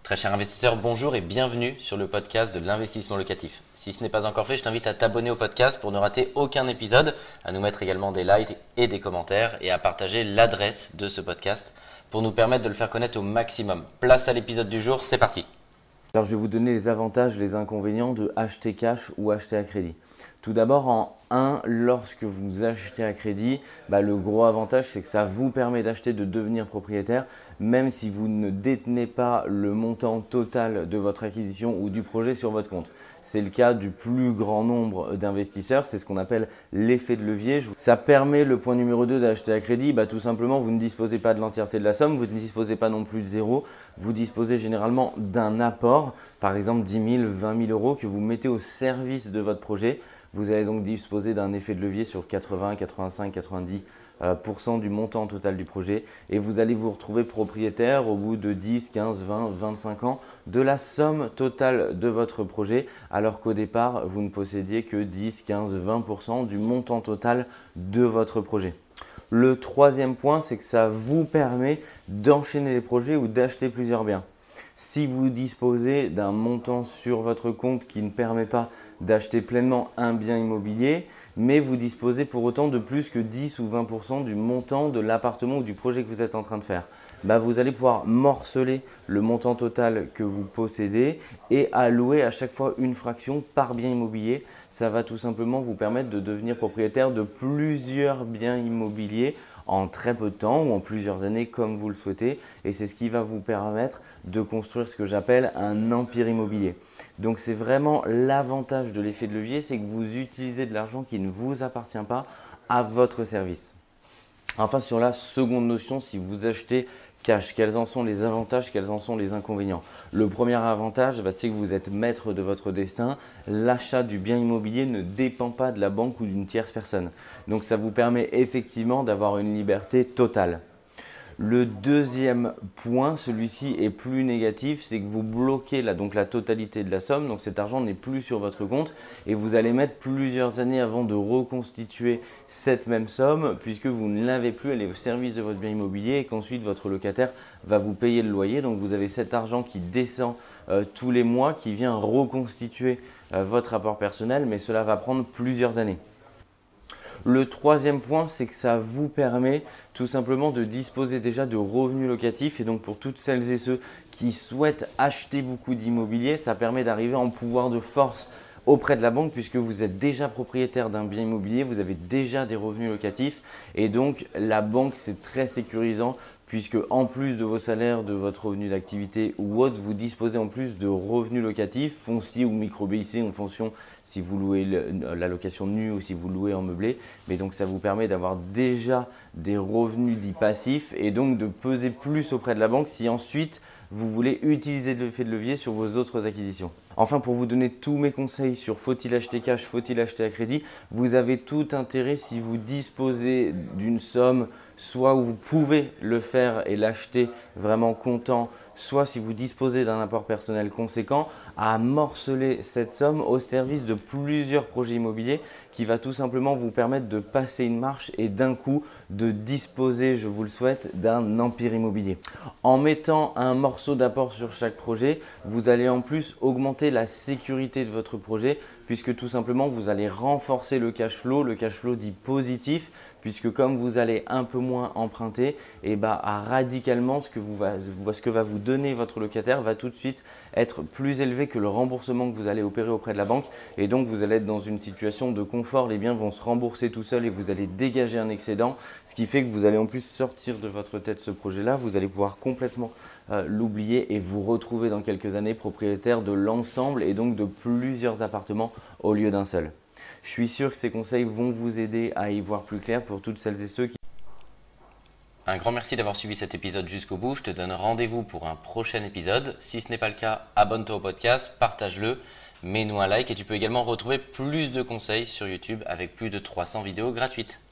Très cher investisseur, bonjour et bienvenue sur le podcast de l'investissement locatif. Si ce n'est pas encore fait, je t'invite à t'abonner au podcast pour ne rater aucun épisode, à nous mettre également des likes et des commentaires et à partager l'adresse de ce podcast pour nous permettre de le faire connaître au maximum. Place à l'épisode du jour, c'est parti. Alors je vais vous donner les avantages, les inconvénients de acheter cash ou acheter à crédit. Tout d'abord, en 1, lorsque vous achetez à crédit, le gros avantage c'est que ça vous permet d'acheter, de devenir propriétaire, même si vous ne détenez pas le montant total de votre acquisition ou du projet sur votre compte. C'est le cas du plus grand nombre d'investisseurs, c'est ce qu'on appelle l'effet de levier. Ça permet, le point numéro 2 d'acheter à crédit, tout simplement vous ne disposez pas de l'entièreté de la somme, vous ne disposez pas non plus de zéro, vous disposez généralement d'un apport, par exemple 10 000, 20 000 euros que vous mettez au service de votre projet. Vous allez donc disposer d'un effet de levier sur 80, 85, 90% du montant total du projet et vous allez vous retrouver propriétaire au bout de 10, 15, 20, 25 ans de la somme totale de votre projet alors qu'au départ, vous ne possédiez que 10, 15, 20% du montant total de votre projet. Le troisième point, c'est que ça vous permet d'enchaîner les projets ou d'acheter plusieurs biens. Si vous disposez d'un montant sur votre compte qui ne permet pas d'acheter pleinement un bien immobilier, mais vous disposez pour autant de plus que 10 ou 20% du montant de l'appartement ou du projet que vous êtes en train de faire, vous allez pouvoir morceler le montant total que vous possédez et allouer à chaque fois une fraction par bien immobilier. Ça va tout simplement vous permettre de devenir propriétaire de plusieurs biens immobiliers en très peu de temps ou en plusieurs années comme vous le souhaitez et c'est ce qui va vous permettre de construire ce que j'appelle un empire immobilier. Donc c'est vraiment l'avantage de l'effet de levier, c'est que vous utilisez de l'argent qui ne vous appartient pas à votre service. Enfin sur la seconde notion, si vous achetez cash, quels en sont les avantages, quels en sont les inconvénients? Le premier avantage, c'est que vous êtes maître de votre destin. L'achat du bien immobilier ne dépend pas de la banque ou d'une tierce personne. Donc ça vous permet effectivement d'avoir une liberté totale. Le deuxième point, celui-ci est plus négatif, c'est que vous bloquez la totalité de la somme, donc cet argent n'est plus sur votre compte et vous allez mettre plusieurs années avant de reconstituer cette même somme puisque vous ne l'avez plus, elle est au service de votre bien immobilier et qu'ensuite votre locataire va vous payer le loyer. Donc vous avez cet argent qui descend tous les mois, qui vient reconstituer votre apport personnel, mais cela va prendre plusieurs années. Le troisième point, c'est que ça vous permet tout simplement de disposer déjà de revenus locatifs et donc pour toutes celles et ceux qui souhaitent acheter beaucoup d'immobilier, ça permet d'arriver en pouvoir de force auprès de la banque puisque vous êtes déjà propriétaire d'un bien immobilier, vous avez déjà des revenus locatifs et donc la banque c'est très sécurisant puisque en plus de vos salaires, de votre revenu d'activité ou autre, vous disposez en plus de revenus locatifs, fonciers ou micro-BIC en fonction si vous louez la location nue ou si vous louez en meublé. Mais donc ça vous permet d'avoir déjà des revenus dits passifs et donc de peser plus auprès de la banque si ensuite vous voulez utiliser l'effet de levier sur vos autres acquisitions. Enfin, pour vous donner tous mes conseils sur faut-il acheter cash, faut-il acheter à crédit, vous avez tout intérêt si vous disposez d'une somme, soit où vous pouvez le faire et l'acheter vraiment comptant, soit si vous disposez d'un apport personnel conséquent, à morceler cette somme au service de plusieurs projets immobiliers qui va tout simplement vous permettre de passer une marche et d'un coup de disposer, je vous le souhaite, d'un empire immobilier. En mettant un morceau d'apport sur chaque projet, vous allez en plus augmenter la sécurité de votre projet puisque tout simplement vous allez renforcer le cash flow dit positif puisque comme vous allez un peu moins emprunter, radicalement ce que va vous donner votre locataire va tout de suite être plus élevé que le remboursement que vous allez opérer auprès de la banque et donc vous allez être dans une situation de confort, les biens vont se rembourser tout seuls et vous allez dégager un excédent, ce qui fait que vous allez en plus sortir de votre tête ce projet-là, vous allez pouvoir complètement l'oublier et vous retrouver dans quelques années propriétaire de l'ensemble et donc de plusieurs appartements au lieu d'un seul. Je suis sûr que ces conseils vont vous aider à y voir plus clair pour toutes celles et ceux qui… Un grand merci d'avoir suivi cet épisode jusqu'au bout. Je te donne rendez-vous pour un prochain épisode. Si ce n'est pas le cas, abonne-toi au podcast, partage-le, mets-nous un like et tu peux également retrouver plus de conseils sur YouTube avec plus de 300 vidéos gratuites.